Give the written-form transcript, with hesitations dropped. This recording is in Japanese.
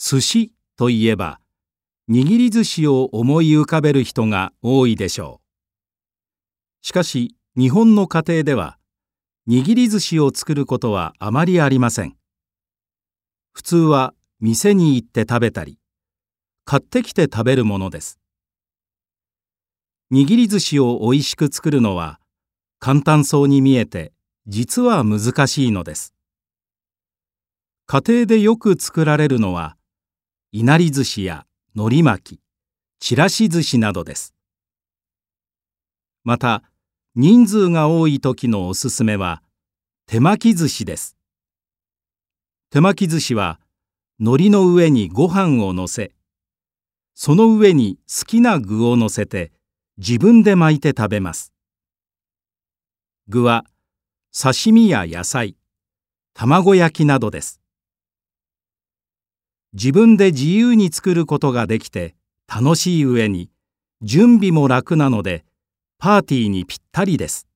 寿司といえば、握り寿司を思い浮かべる人が多いでしょう。しかし、日本の家庭では、握り寿司を作ることはあまりありません。普通は店に行って食べたり、買ってきて食べるものです。握り寿司をおいしく作るのは、簡単そうに見えて、実は難しいのです。家庭でよく作られるのは、いなり寿司や海苔巻き、ちらし寿司などです。また、人数が多い時のおすすめは、手巻き寿司です。手巻き寿司は、海苔の上にご飯をのせ、その上に好きな具をのせて、自分で巻いて食べます。具は、刺身や野菜、卵焼きなどです。自分で自由に作ることができて楽しい上に準備も楽なのでパーティーにぴったりです。